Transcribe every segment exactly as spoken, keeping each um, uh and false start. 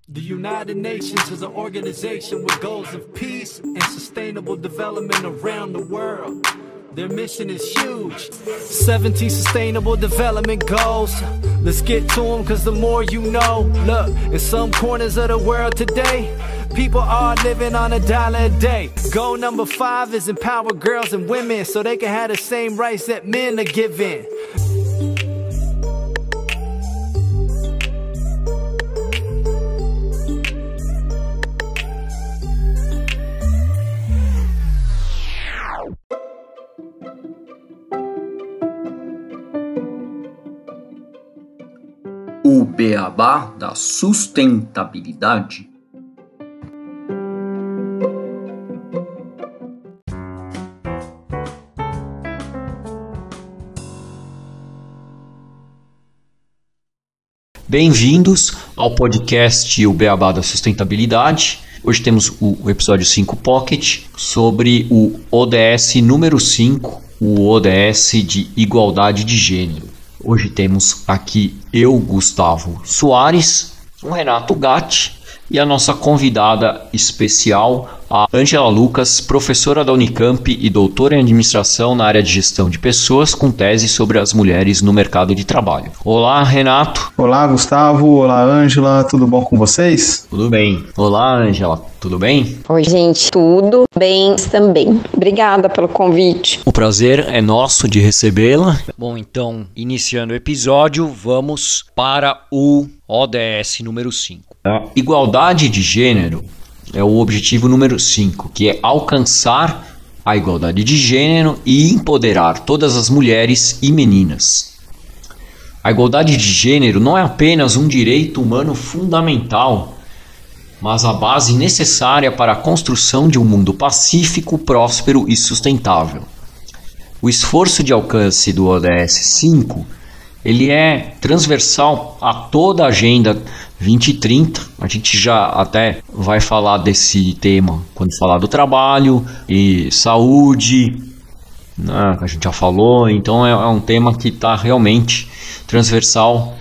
The United Nations is an organization with goals of peace and sustainable development around the world. Their mission is huge. seventeen Sustainable Development Goals. Let's get to them, cause the more you know. Look, in some corners of the world today, people are living on a dollar a day. Goal number five is empower girls and women so they can have the same rights that men are given. O beabá da sustentabilidade. Bem-vindos ao podcast O Beabá da Sustentabilidade. Hoje temos o episódio cinco Pocket sobre o O D S número cinco, o O D S de Igualdade de Gênero. Hoje temos aqui eu, Gustavo Soares, o Renato Gatti e a nossa convidada especial, a Ângela Lucas, professora da Unicamp e doutora em administração na área de gestão de pessoas, com tese sobre as mulheres no mercado de trabalho. Olá, Renato. Olá, Gustavo. Olá, Ângela. Tudo bom com vocês? Tudo bem. Olá, Ângela. Tudo bem? Oi, gente. Tudo bem também. Obrigada pelo convite. O prazer é nosso de recebê-la. Bom, então, iniciando o episódio, vamos para o O D S número cinco. A igualdade de gênero é o objetivo número cinco, que é alcançar a igualdade de gênero e empoderar todas as mulheres e meninas. A igualdade de gênero não é apenas um direito humano fundamental, mas a base necessária para a construção de um mundo pacífico, próspero e sustentável. O esforço de alcance do O D S cinco, ele é transversal a toda a Agenda vinte trinta. A gente já até vai falar desse tema quando falar do trabalho e saúde, né, que a gente já falou. Então é, é um tema que está realmente transversal,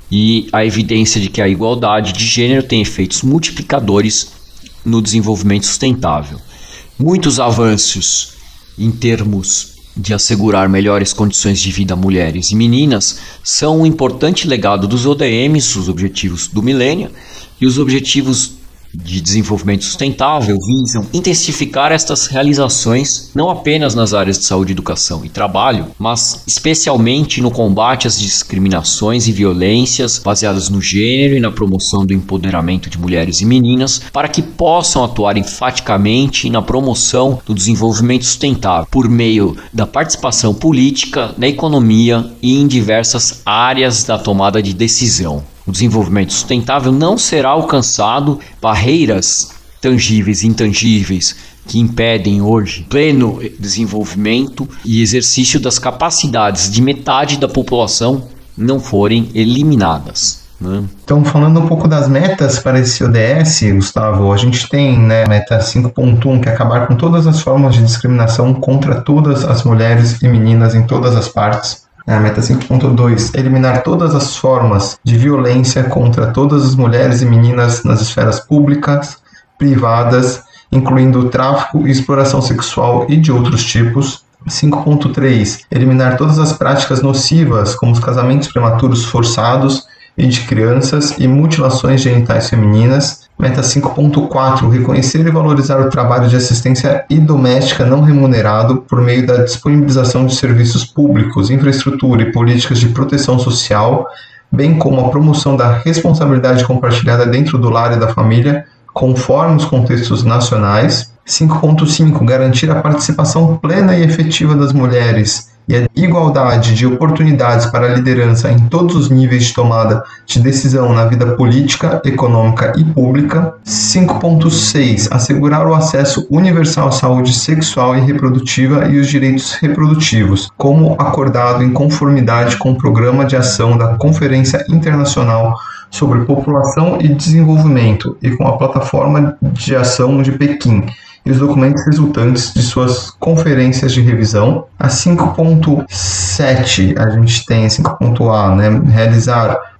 e a evidência de que a igualdade de gênero tem efeitos multiplicadores no desenvolvimento sustentável. Muitos avanços em termos de assegurar melhores condições de vida a mulheres e meninas são um importante legado dos O D Ms, os Objetivos do Milênio, e os Objetivos de Desenvolvimento Sustentável visam intensificar estas realizações não apenas nas áreas de saúde, educação e trabalho, mas especialmente no combate às discriminações e violências baseadas no gênero e na promoção do empoderamento de mulheres e meninas, para que possam atuar enfaticamente na promoção do desenvolvimento sustentável por meio da participação política, na economia e em diversas áreas da tomada de decisão. O desenvolvimento sustentável não será alcançado barreiras tangíveis e intangíveis que impedem hoje pleno desenvolvimento e exercício das capacidades de metade da população não forem eliminadas, né? Então, falando um pouco das metas para esse O D S, Gustavo, a gente tem, né, a meta cinco ponto um, que é acabar com todas as formas de discriminação contra todas as mulheres e meninas em todas as partes. A meta cinco ponto dois, eliminar todas as formas de violência contra todas as mulheres e meninas nas esferas públicas, privadas, incluindo o tráfico e exploração sexual e de outros tipos. cinco ponto três, eliminar todas as práticas nocivas, como os casamentos prematuros forçados e de crianças e mutilações genitais femininas. Meta cinco ponto quatro, reconhecer e valorizar o trabalho de assistência e doméstica não remunerado por meio da disponibilização de serviços públicos, infraestrutura e políticas de proteção social, bem como a promoção da responsabilidade compartilhada dentro do lar e da família, conforme os contextos nacionais. cinco ponto cinco, garantir a participação plena e efetiva das mulheres e a igualdade de oportunidades para a liderança em todos os níveis de tomada de decisão na vida política, econômica e pública. cinco ponto seis, assegurar o acesso universal à saúde sexual e reprodutiva e os direitos reprodutivos, como acordado em conformidade com o Programa de Ação da Conferência Internacional sobre População e Desenvolvimento e com a Plataforma de Ação de Pequim, e os documentos resultantes de suas conferências de revisão. A cinco ponto sete, a gente tem cinco ponto A, né, realizar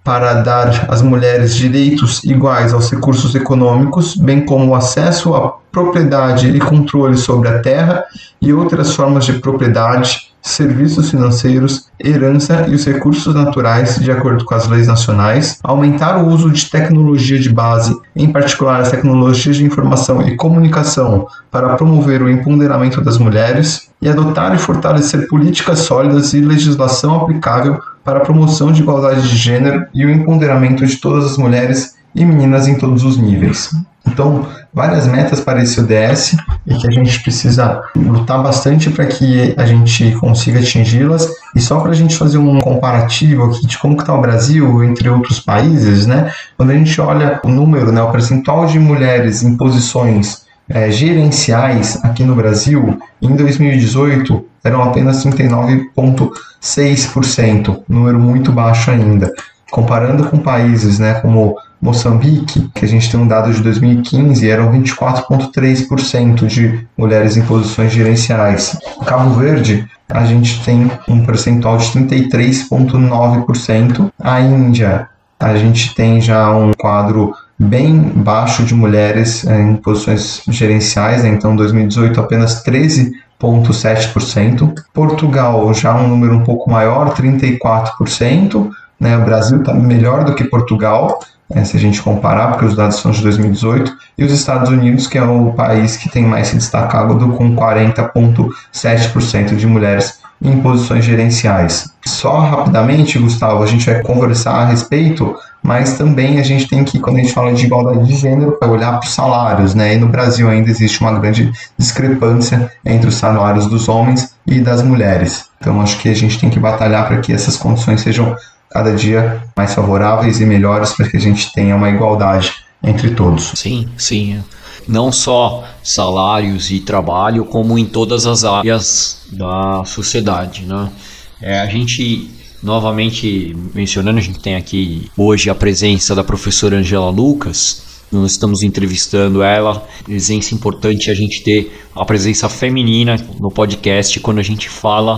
para dar às mulheres direitos iguais aos recursos econômicos, bem como o acesso à propriedade e controle sobre a terra e outras formas de propriedade, serviços financeiros, herança e os recursos naturais de acordo com as leis nacionais, aumentar o uso de tecnologia de base, em particular as tecnologias de informação e comunicação, para promover o empoderamento das mulheres, e adotar e fortalecer políticas sólidas e legislação aplicável para a promoção de igualdade de gênero e o empoderamento de todas as mulheres e meninas em todos os níveis. Então, várias metas para esse O D S e que a gente precisa lutar bastante para que a gente consiga atingi-las. E só para a gente fazer um comparativo aqui de como está o Brasil entre outros países, né? Quando a gente olha o número, né, o percentual de mulheres em posições é, gerenciais aqui no Brasil, em dois mil e dezoito eram apenas trinta e nove vírgula seis por cento, número muito baixo ainda. Comparando com países, né, como Moçambique, que a gente tem um dado de dois mil e quinze, eram vinte e quatro vírgula três por cento de mulheres em posições gerenciais. Em Cabo Verde, a gente tem um percentual de trinta e três vírgula nove por cento. A Índia, a gente tem já um quadro bem baixo de mulheres é, em posições gerenciais, né? Então, em dois mil e dezoito, apenas treze vírgula sete por cento. Portugal, já um número um pouco maior, trinta e quatro por cento. Né? O Brasil está melhor do que Portugal, né, se a gente comparar, porque os dados são de dois mil e dezoito, e os Estados Unidos, que é o país que tem mais se destacado, com quarenta vírgula sete por cento de mulheres em posições gerenciais. Só rapidamente, Gustavo, a gente vai conversar a respeito, mas também a gente tem que, quando a gente fala de igualdade de gênero, olhar para os salários, né? E no Brasil ainda existe uma grande discrepância entre os salários dos homens e das mulheres. Então acho que a gente tem que batalhar para que essas condições sejam cada dia mais favoráveis e melhores para que a gente tenha uma igualdade entre todos. Sim, sim. Não só salários e trabalho, como em todas as áreas da sociedade, né? É, a gente, novamente mencionando, a gente tem aqui hoje a presença da professora Angela Lucas. Nós estamos entrevistando ela. Presença importante a gente ter a presença feminina no podcast quando a gente fala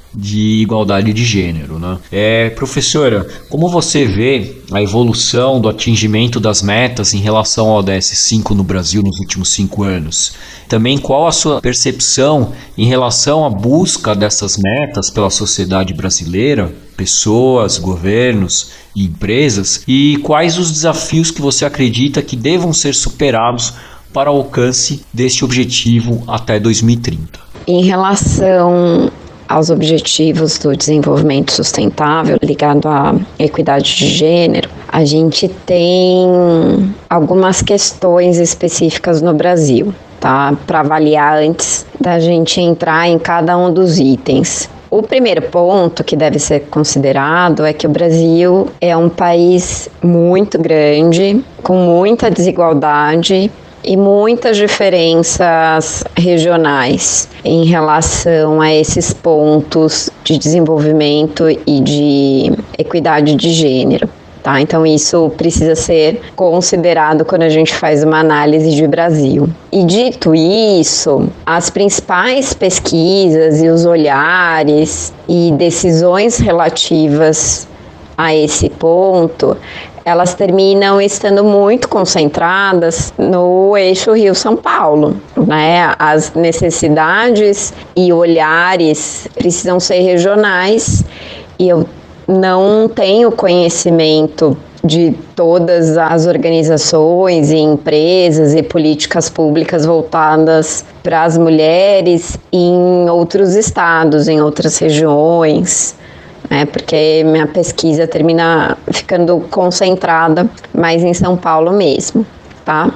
de igualdade de gênero, né? É, professora, como você vê a evolução do atingimento das metas em relação ao O D S cinco no Brasil nos últimos cinco anos? Também qual a sua percepção em relação à busca dessas metas pela sociedade brasileira, pessoas, governos e empresas, e quais os desafios que você acredita que devam ser superados para o alcance deste objetivo até dois mil e trinta? Em relação aos objetivos do desenvolvimento sustentável ligado à equidade de gênero, a gente tem algumas questões específicas no Brasil, tá? Para avaliar antes da gente entrar em cada um dos itens. O primeiro ponto que deve ser considerado é que o Brasil é um país muito grande, com muita desigualdade e muitas diferenças regionais em relação a esses pontos de desenvolvimento e de equidade de gênero. Tá? Então isso precisa ser considerado quando a gente faz uma análise de Brasil. E dito isso, as principais pesquisas e os olhares e decisões relativas a esse ponto, elas terminam estando muito concentradas no eixo Rio-São Paulo, né? As necessidades e olhares precisam ser regionais e eu não tenho conhecimento de todas as organizações e empresas e políticas públicas voltadas para as mulheres em outros estados, em outras regiões, né, porque minha pesquisa termina ficando concentrada mais em São Paulo mesmo, tá?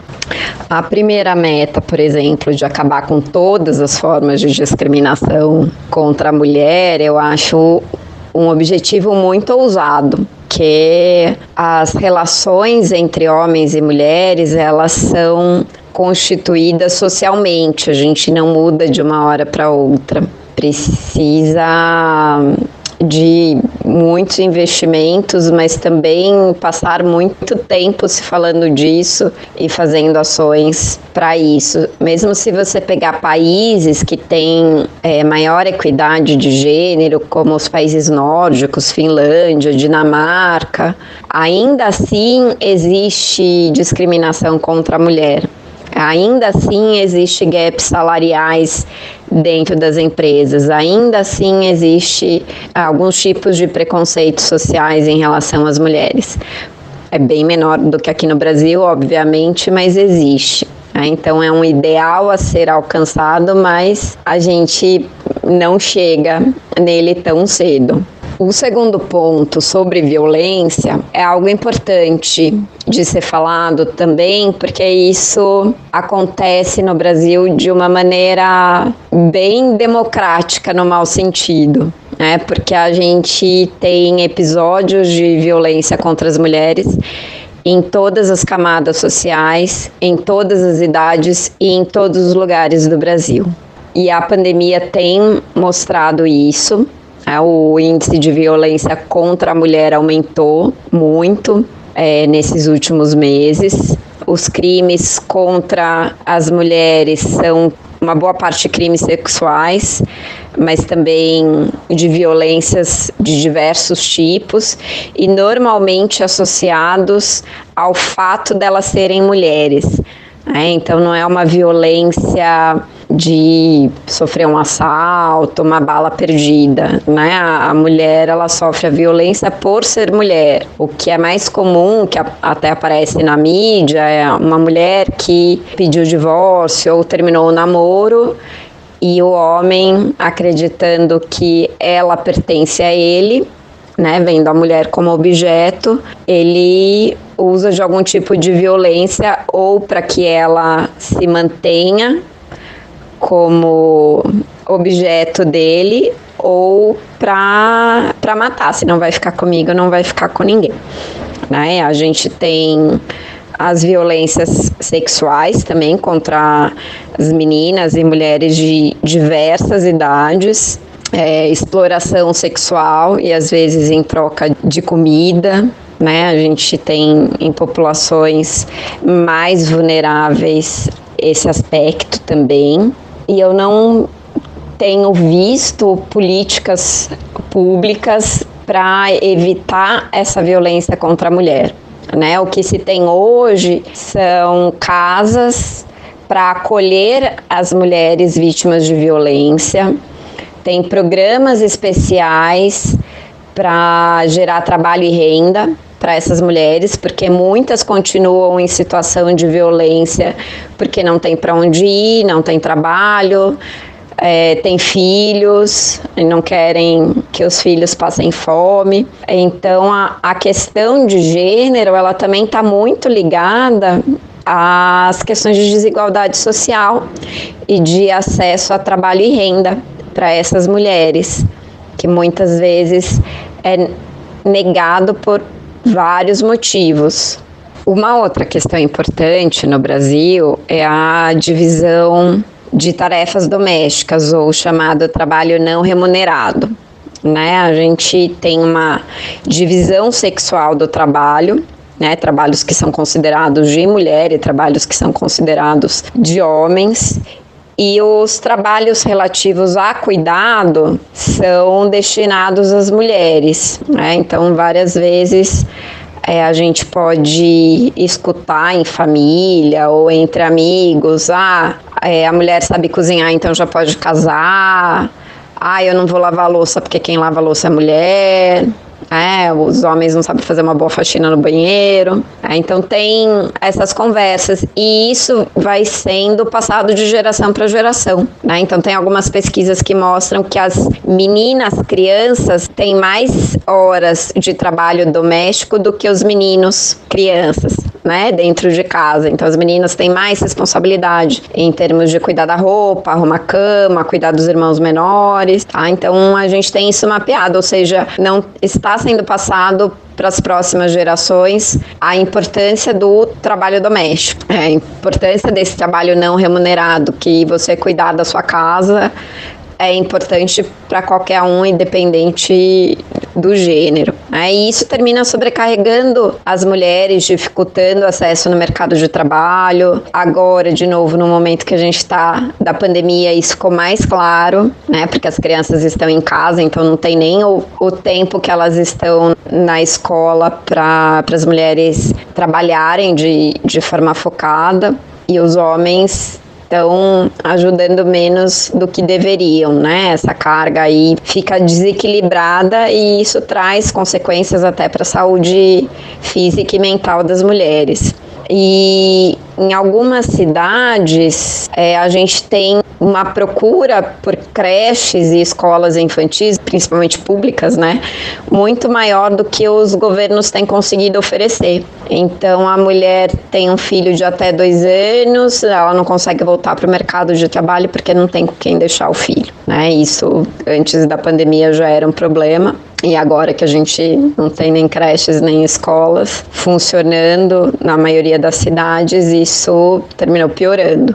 A primeira meta, por exemplo, de acabar com todas as formas de discriminação contra a mulher, eu acho um objetivo muito ousado, que as relações entre homens e mulheres, elas são constituídas socialmente, a gente não muda de uma hora para outra. Precisa de muitos investimentos, mas também passar muito tempo se falando disso e fazendo ações para isso. Mesmo se você pegar países que têm é, maior equidade de gênero, como os países nórdicos, Finlândia, Dinamarca, ainda assim existe discriminação contra a mulher. Ainda assim existe gaps salariais dentro das empresas, ainda assim existe alguns tipos de preconceitos sociais em relação às mulheres. É bem menor do que aqui no Brasil, obviamente, mas existe. Então é um ideal a ser alcançado, mas a gente não chega nele tão cedo. O segundo ponto sobre violência é algo importante de ser falado também, porque isso acontece no Brasil de uma maneira bem democrática, no mau sentido, né? Porque a gente tem episódios de violência contra as mulheres em todas as camadas sociais, em todas as idades e em todos os lugares do Brasil. E a pandemia tem mostrado isso. O índice de violência contra a mulher aumentou muito é, nesses últimos meses. Os crimes contra as mulheres são uma boa parte de crimes sexuais, mas também de violências de diversos tipos e normalmente associados ao fato delas serem mulheres. É, então não é uma violência de sofrer um assalto, uma bala perdida, né? A, a mulher, ela sofre a violência por ser mulher. O que é mais comum, que a, até aparece na mídia, é uma mulher que pediu divórcio ou terminou o namoro e o homem, acreditando que ela pertence a ele, né, vendo a mulher como objeto, ele usa de algum tipo de violência ou para que ela se mantenha como objeto dele ou para para matar. Se não vai ficar comigo, não vai ficar com ninguém, né? A gente tem as violências sexuais também contra as meninas e mulheres de diversas idades. É, exploração sexual e às vezes em troca de comida, né? A gente tem em populações mais vulneráveis esse aspecto também. E eu não tenho visto políticas públicas para evitar essa violência contra a mulher, né? O que se tem hoje são casas para acolher as mulheres vítimas de violência. Tem programas especiais para gerar trabalho e renda para essas mulheres, porque muitas continuam em situação de violência porque não tem para onde ir, não tem trabalho, é, tem filhos e não querem que os filhos passem fome. Então a, a questão de gênero, ela também está muito ligada às questões de desigualdade social e de acesso a trabalho e renda para essas mulheres, que muitas vezes é negado por vários motivos. Uma outra questão importante no Brasil é a divisão de tarefas domésticas, ou chamado trabalho não remunerado, né? A gente tem uma divisão sexual do trabalho, né? Trabalhos que são considerados de mulher e trabalhos que são considerados de homens. E os trabalhos relativos a cuidado são destinados às mulheres, né? Então, várias vezes é, a gente pode escutar em família ou entre amigos: ah, é, a mulher sabe cozinhar, então já pode casar. Ah, eu não vou lavar a louça porque quem lava a louça é mulher. É, os homens não sabem fazer uma boa faxina no banheiro. É, então tem essas conversas e isso vai sendo passado de geração para geração, né? Então tem algumas pesquisas que mostram que as meninas, crianças, têm mais horas de trabalho doméstico do que os meninos, crianças, né, dentro de casa. Então as meninas têm mais responsabilidade em termos de cuidar da roupa, arrumar a cama, cuidar dos irmãos menores, tá? Então a gente tem isso mapeado, ou seja, não está sendo passado para as próximas gerações a importância do trabalho doméstico, a importância desse trabalho não remunerado, que você cuidar da sua casa é importante para qualquer um, independente do gênero. Né? E isso termina sobrecarregando as mulheres, dificultando o acesso no mercado de trabalho. Agora, de novo, no momento que a gente está da pandemia, isso ficou mais claro, né? Porque as crianças estão em casa, então não tem nem o, o tempo que elas estão na escola para as mulheres trabalharem de, de forma focada, e os homens estão ajudando menos do que deveriam, né? Essa carga aí fica desequilibrada e isso traz consequências até para a saúde física e mental das mulheres. E em algumas cidades é, a gente tem uma procura por creches e escolas infantis, principalmente públicas, né, muito maior do que os governos têm conseguido oferecer. Então a mulher tem um filho de até dois anos, ela não consegue voltar para o mercado de trabalho porque não tem com quem deixar o filho, né? Isso antes da pandemia já era um problema. E agora que a gente não tem nem creches nem escolas funcionando na maioria das cidades, isso terminou piorando.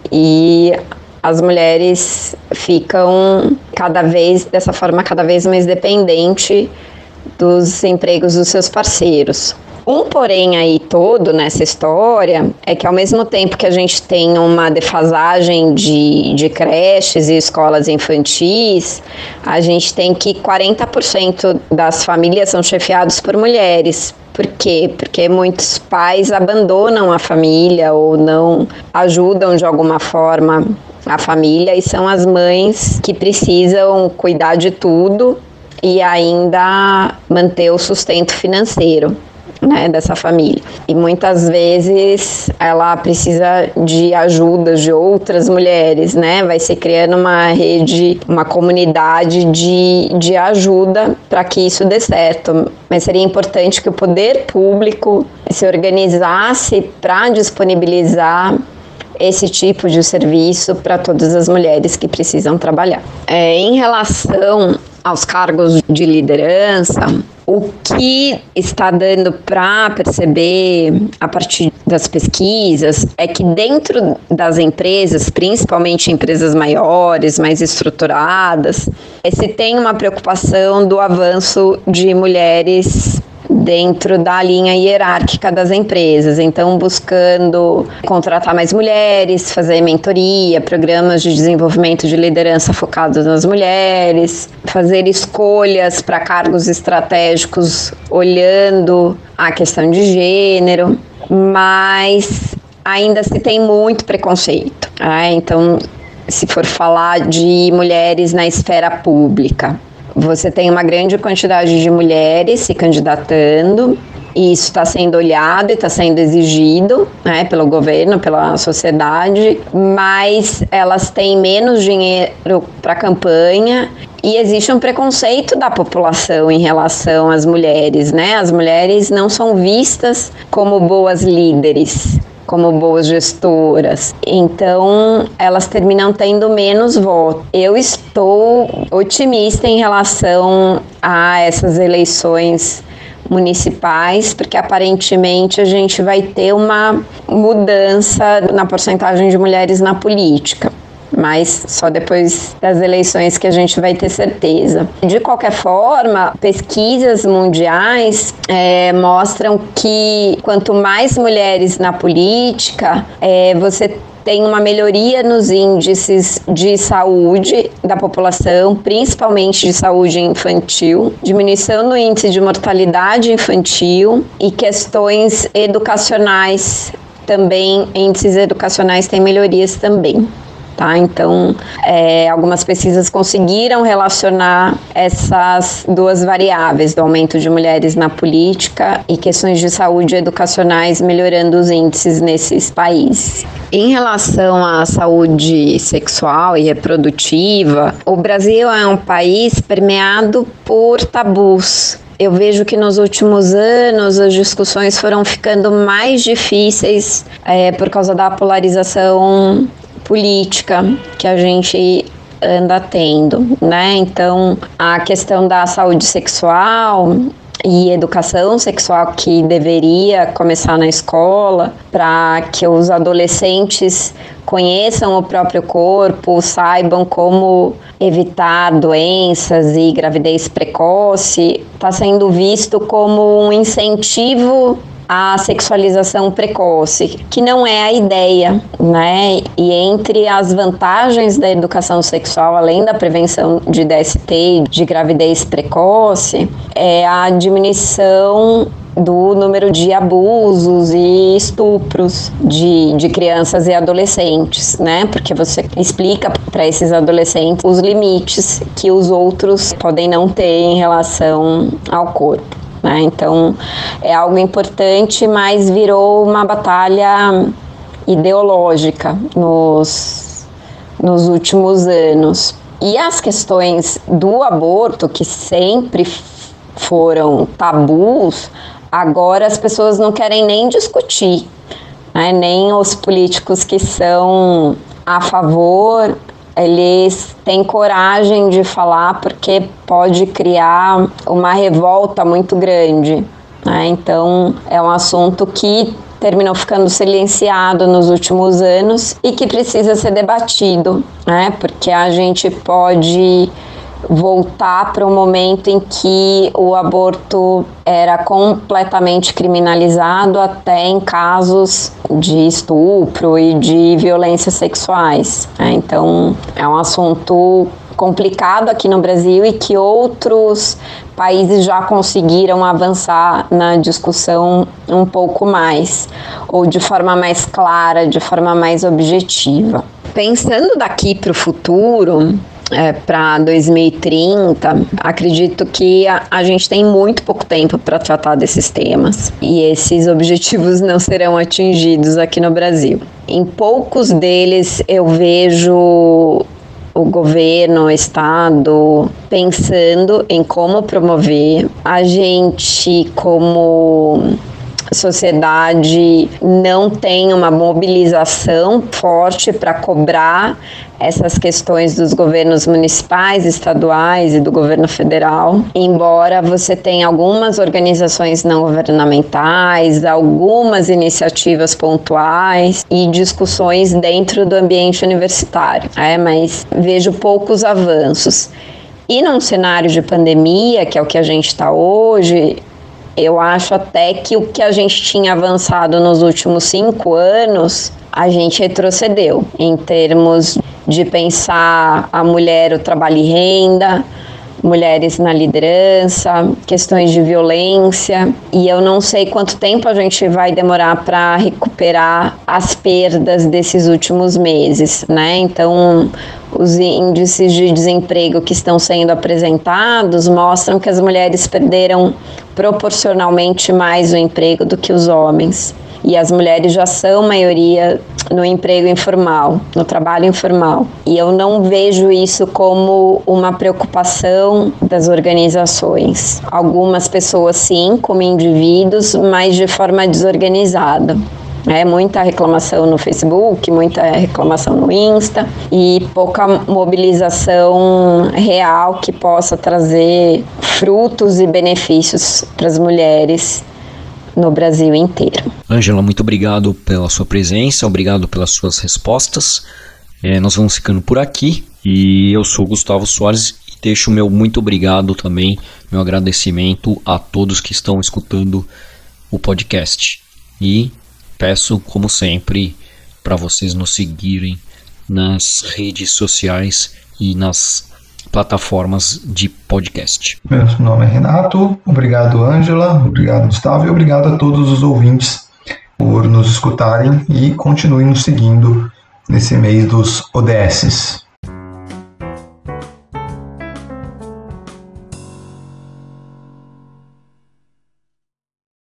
E as mulheres ficam cada vez, dessa forma, cada vez mais dependente dos empregos dos seus parceiros. Um porém aí todo nessa história é que ao mesmo tempo que a gente tem uma defasagem de, de creches e escolas infantis, a gente tem que quarenta por cento das famílias são chefiadas por mulheres. Por quê? Porque muitos pais abandonam a família ou não ajudam de alguma forma a família e são as mães que precisam cuidar de tudo e ainda manter o sustento financeiro, né, dessa família. E muitas vezes ela precisa de ajuda de outras mulheres, né? Vai se criando uma rede, uma comunidade de, de ajuda para que isso dê certo. Mas seria importante que o poder público se organizasse para disponibilizar esse tipo de serviço para todas as mulheres que precisam trabalhar. É, em relação aos cargos de liderança, o que está dando para perceber a partir das pesquisas é que dentro das empresas, principalmente empresas maiores, mais estruturadas, se tem uma preocupação do avanço de mulheres dentro da linha hierárquica das empresas, então buscando contratar mais mulheres, fazer mentoria, programas de desenvolvimento de liderança focados nas mulheres, fazer escolhas para cargos estratégicos olhando a questão de gênero, mas ainda se tem muito preconceito, né? Então, se for falar de mulheres na esfera pública, você tem uma grande quantidade de mulheres se candidatando e isso está sendo olhado e está sendo exigido, né, pelo governo, pela sociedade, mas elas têm menos dinheiro para campanha e existe um preconceito da população em relação às mulheres, né? As mulheres não são vistas como boas líderes, como boas gestoras, então elas terminam tendo menos votos. Eu estou otimista em relação a essas eleições municipais, porque aparentemente a gente vai ter uma mudança na porcentagem de mulheres na política, mas só depois das eleições que a gente vai ter certeza. De qualquer forma, pesquisas mundiais é, mostram que quanto mais mulheres na política, é, você tem uma melhoria nos índices de saúde da população, principalmente de saúde infantil, diminuição no índice de mortalidade infantil e questões educacionais também, índices educacionais têm melhorias também. Tá? Então, é, algumas pesquisas conseguiram relacionar essas duas variáveis, do aumento de mulheres na política e questões de saúde educacionais, melhorando os índices nesses países. Em relação à saúde sexual e reprodutiva, o Brasil é um país permeado por tabus. Eu vejo que nos últimos anos as discussões foram ficando mais difíceis é, por causa da polarização política que a gente anda tendo, né? Então, a questão da saúde sexual e educação sexual que deveria começar na escola para que os adolescentes conheçam o próprio corpo, saibam como evitar doenças e gravidez precoce está sendo visto como um incentivo à sexualização precoce, que não é a ideia, né? E entre as vantagens da educação sexual, além da prevenção de D S T, de gravidez precoce, é a diminuição do número de abusos e estupros de, de crianças e adolescentes, né? Porque você explica para esses adolescentes os limites que os outros podem não ter em relação ao corpo. Né? Então, é algo importante, mas virou uma batalha ideológica nos, nos últimos anos. E as questões do aborto, que sempre foram tabus, agora as pessoas não querem nem discutir, né? Nem os políticos que são a favor, eles têm coragem de falar porque pode criar uma revolta muito grande, né? Então, é um assunto que terminou ficando silenciado nos últimos anos e que precisa ser debatido, né? Porque a gente pode voltar para um momento em que o aborto era completamente criminalizado, até em casos de estupro e de violências sexuais. Então, é um assunto complicado aqui no Brasil e que outros países já conseguiram avançar na discussão um pouco mais, ou de forma mais clara, de forma mais objetiva. Pensando daqui para o futuro, É, para dois mil e trinta, acredito que a, a gente tem muito pouco tempo para tratar desses temas e esses objetivos não serão atingidos aqui no Brasil. Em poucos deles eu vejo o governo, o Estado pensando em como promover. A gente, como sociedade, não tem uma mobilização forte para cobrar essas questões dos governos municipais, estaduais e do governo federal, embora você tenha algumas organizações não governamentais, algumas iniciativas pontuais e discussões dentro do ambiente universitário, é, mas vejo poucos avanços. E num cenário de pandemia, que é o que a gente está hoje, eu acho até que o que a gente tinha avançado nos últimos cinco anos, a gente retrocedeu em termos de pensar a mulher, o trabalho e renda, mulheres na liderança, questões de violência, e eu não sei quanto tempo a gente vai demorar para recuperar as perdas desses últimos meses, né? Então, os índices de desemprego que estão sendo apresentados mostram que as mulheres perderam proporcionalmente mais o emprego do que os homens. E as mulheres já são maioria no emprego informal, no trabalho informal. E eu não vejo isso como uma preocupação das organizações. Algumas pessoas sim, como indivíduos, mas de forma desorganizada. É muita reclamação no Facebook, muita reclamação no Insta e pouca mobilização real que possa trazer frutos e benefícios para as mulheres no Brasil inteiro. Ângela, muito obrigado pela sua presença, obrigado pelas suas respostas. É, nós vamos ficando por aqui e eu sou Gustavo Soares e deixo o meu muito obrigado também, meu agradecimento a todos que estão escutando o podcast. E peço, como sempre, para vocês nos seguirem nas redes sociais e nas plataformas de podcast. Meu nome é Renato, obrigado Ângela, obrigado Gustavo e obrigado a todos os ouvintes por nos escutarem e continuem nos seguindo nesse mês dos O D Ss.